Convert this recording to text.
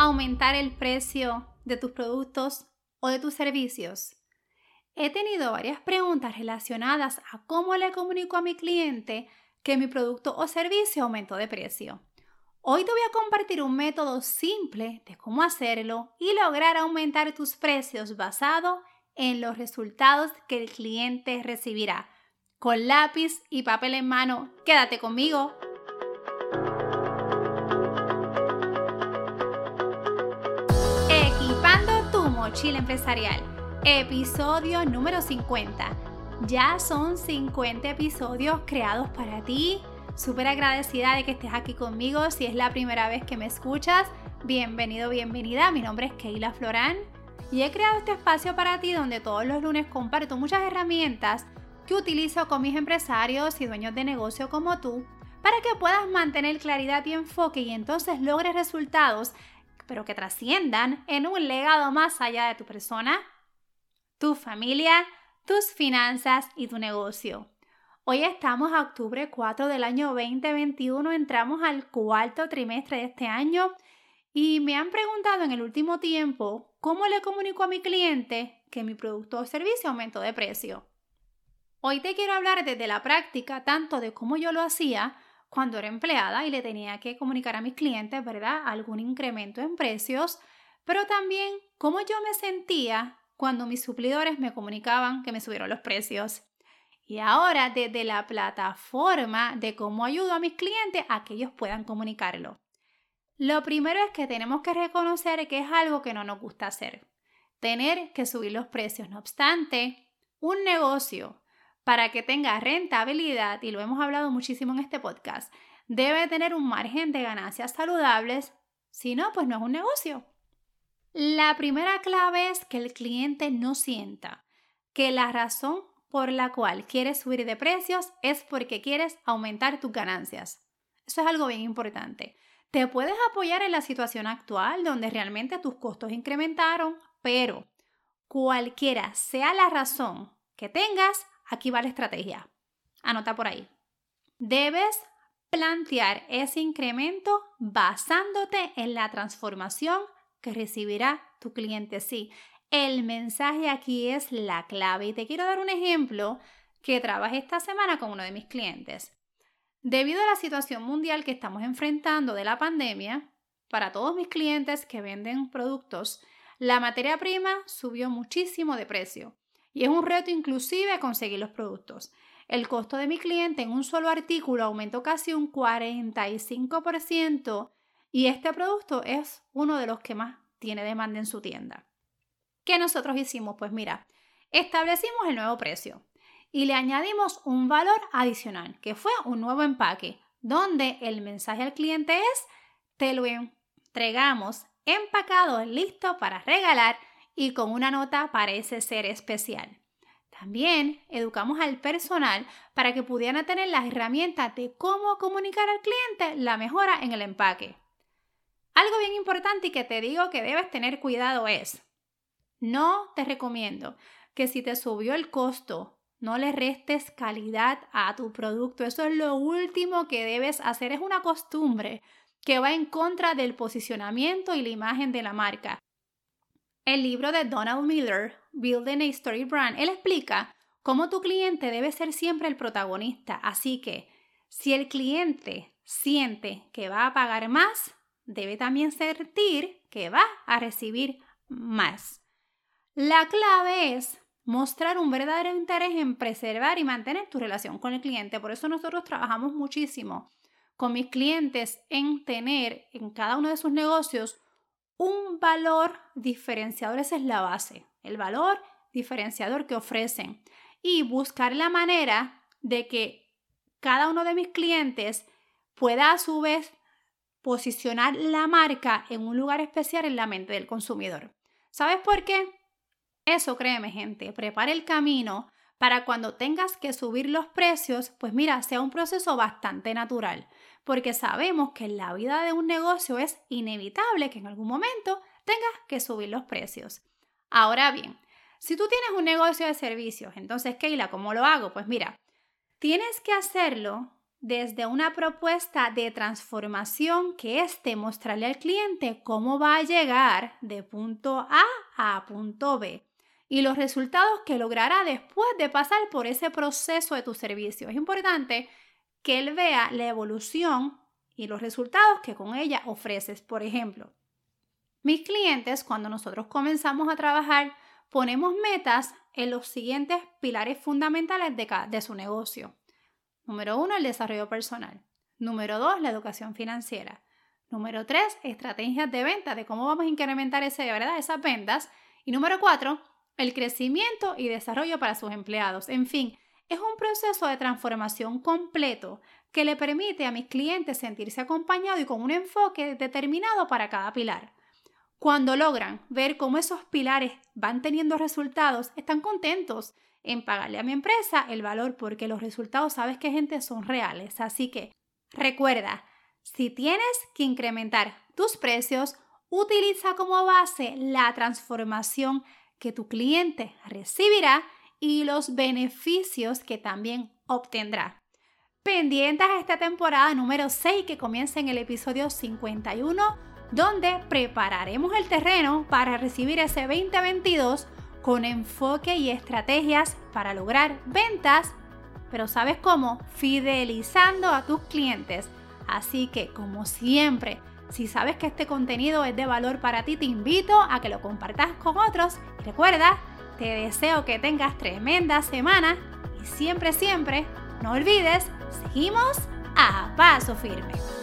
aumentar el precio de tus productos o de tus servicios? He tenido varias preguntas relacionadas a cómo le comunico a mi cliente que mi producto o servicio aumentó de precio. Hoy te voy a compartir un método simple de cómo hacerlo y lograr aumentar tus precios basado en los resultados que el cliente recibirá. Con lápiz y papel en mano, quédate conmigo. Equipando tu mochila empresarial, episodio número 50. Ya son 50 episodios creados para ti. Súper agradecida de que estés aquí conmigo. Si es la primera vez que me escuchas, bienvenido, bienvenida. Mi nombre es Keila Florán y he creado este espacio para ti donde todos los lunes comparto muchas herramientas que utilizo con mis empresarios y dueños de negocio como tú para que puedas mantener claridad y enfoque y entonces logres resultados, pero que trasciendan en un legado más allá de tu persona, tu familia, tus finanzas y tu negocio. Hoy estamos a octubre 4 del año 2021, entramos al cuarto trimestre de este año y me han preguntado en el último tiempo cómo le comunico a mi cliente que mi producto o servicio aumentó de precio. Hoy te quiero hablar desde la práctica tanto de cómo yo lo hacía cuando era empleada y le tenía que comunicar a mis clientes, ¿verdad?, algún incremento en precios, pero también cómo yo me sentía cuando mis suplidores me comunicaban que me subieron los precios. Y ahora desde la plataforma de cómo ayudo a mis clientes a que ellos puedan comunicarlo. Lo primero es que tenemos que reconocer que es algo que no nos gusta hacer. Tener que subir los precios. No obstante, un negocio para que tenga rentabilidad, y lo hemos hablado muchísimo en este podcast, debe tener un margen de ganancias saludables. Si no, pues no es un negocio. La primera clave es que el cliente no sienta que la razón por la cual quieres subir de precios es porque quieres aumentar tus ganancias. Eso es algo bien importante. Te puedes apoyar en la situación actual donde realmente tus costos incrementaron, pero cualquiera sea la razón que tengas, aquí va la estrategia. Anota por ahí. Debes plantear ese incremento basándote en la transformación que recibirá tu cliente. Sí, el mensaje aquí es la clave y te quiero dar un ejemplo que trabajé esta semana con uno de mis clientes. Debido a la situación mundial que estamos enfrentando de la pandemia, para todos mis clientes que venden productos, la materia prima subió muchísimo de precio y es un reto inclusive conseguir los productos. El costo de mi cliente en un solo artículo aumentó casi un 45% y este producto es uno de los que más tiene demanda en su tienda. ¿Qué nosotros hicimos? Pues mira, establecimos el nuevo precio y le añadimos un valor adicional, que fue un nuevo empaque, donde el mensaje al cliente es: te lo entregamos empacado, listo para regalar y con una nota para ese ser especial. También educamos al personal para que pudieran tener las herramientas de cómo comunicar al cliente la mejora en el empaque. Algo bien importante y que te digo que debes tener cuidado es: no te recomiendo que si te subió el costo, no le restes calidad a tu producto. Eso es lo último que debes hacer. Es una costumbre que va en contra del posicionamiento y la imagen de la marca. El libro de Donald Miller, Building a Story Brand, él explica cómo tu cliente debe ser siempre el protagonista. Así que si el cliente siente que va a pagar más, debe también sentir que va a recibir más. La clave es mostrar un verdadero interés en preservar y mantener tu relación con el cliente. Por eso nosotros trabajamos muchísimo con mis clientes en tener en cada uno de sus negocios un valor diferenciador. Esa es la base, el valor diferenciador que ofrecen y buscar la manera de que cada uno de mis clientes pueda a su vez posicionar la marca en un lugar especial en la mente del consumidor. ¿Sabes por qué? Eso, créeme, gente, prepara el camino para cuando tengas que subir los precios, pues mira, sea un proceso bastante natural, porque sabemos que en la vida de un negocio es inevitable que en algún momento tengas que subir los precios. Ahora bien, si tú tienes un negocio de servicios, entonces, Keila, ¿cómo lo hago? Pues mira, tienes que hacerlo desde una propuesta de transformación que es mostrarle al cliente cómo va a llegar de punto A punto B y los resultados que logrará después de pasar por ese proceso de tu servicio. Es importante que él vea la evolución y los resultados que con ella ofreces. Por ejemplo, mis clientes, cuando nosotros comenzamos a trabajar, ponemos metas en los siguientes pilares fundamentales de su negocio. Número 1, el desarrollo personal. Número 2, la educación financiera. Número 3, estrategias de venta, de cómo vamos a incrementar esas ventas. Y número 4, el crecimiento y desarrollo para sus empleados. En fin, es un proceso de transformación completo que le permite a mis clientes sentirse acompañados y con un enfoque determinado para cada pilar. Cuando logran ver cómo esos pilares van teniendo resultados, están contentos en pagarle a mi empresa el valor porque los resultados, sabes que gente, son reales. Así que recuerda, si tienes que incrementar tus precios, utiliza como base la transformación que tu cliente recibirá y los beneficios que también obtendrá. Pendientes a esta temporada número 6 que comienza en el episodio 51, donde prepararemos el terreno para recibir ese 2022 con enfoque y estrategias para lograr ventas, pero ¿sabes cómo? Fidelizando a tus clientes. Así que, como siempre, si sabes que este contenido es de valor para ti, te invito a que lo compartas con otros. Y recuerda, te deseo que tengas tremenda semana y siempre, no olvides, seguimos a paso firme.